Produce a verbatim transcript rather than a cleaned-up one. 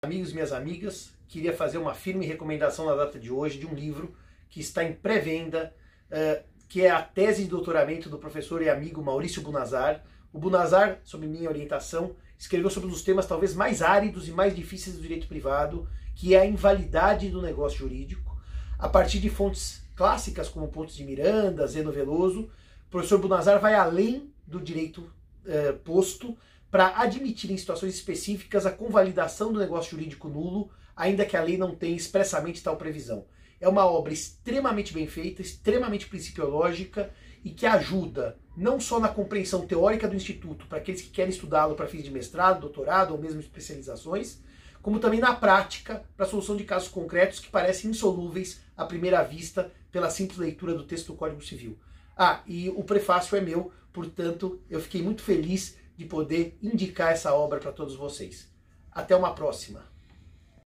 Amigos e minhas amigas, queria fazer uma firme recomendação na data de hoje de um livro que está em pré-venda, uh, que é a tese de doutoramento do professor e amigo Maurício Bunazar. O Bunazar, sob minha orientação, escreveu sobre um dos temas talvez mais áridos e mais difíceis do direito privado, que é a invalidade do negócio jurídico. A partir de fontes clássicas como Pontes de Miranda, Zeno Veloso, o professor Bunazar vai além do direito uh, posto para admitir em situações específicas a convalidação do negócio jurídico nulo, ainda que a lei não tenha expressamente tal previsão. É uma obra extremamente bem feita, extremamente principiológica e que ajuda não só na compreensão teórica do Instituto, para aqueles que querem estudá-lo para fins de mestrado, doutorado ou mesmo especializações, como também na prática para a solução de casos concretos que parecem insolúveis à primeira vista pela simples leitura do texto do Código Civil. Ah, e o prefácio é meu, portanto eu fiquei muito feliz de poder indicar essa obra para todos vocês. Até uma próxima!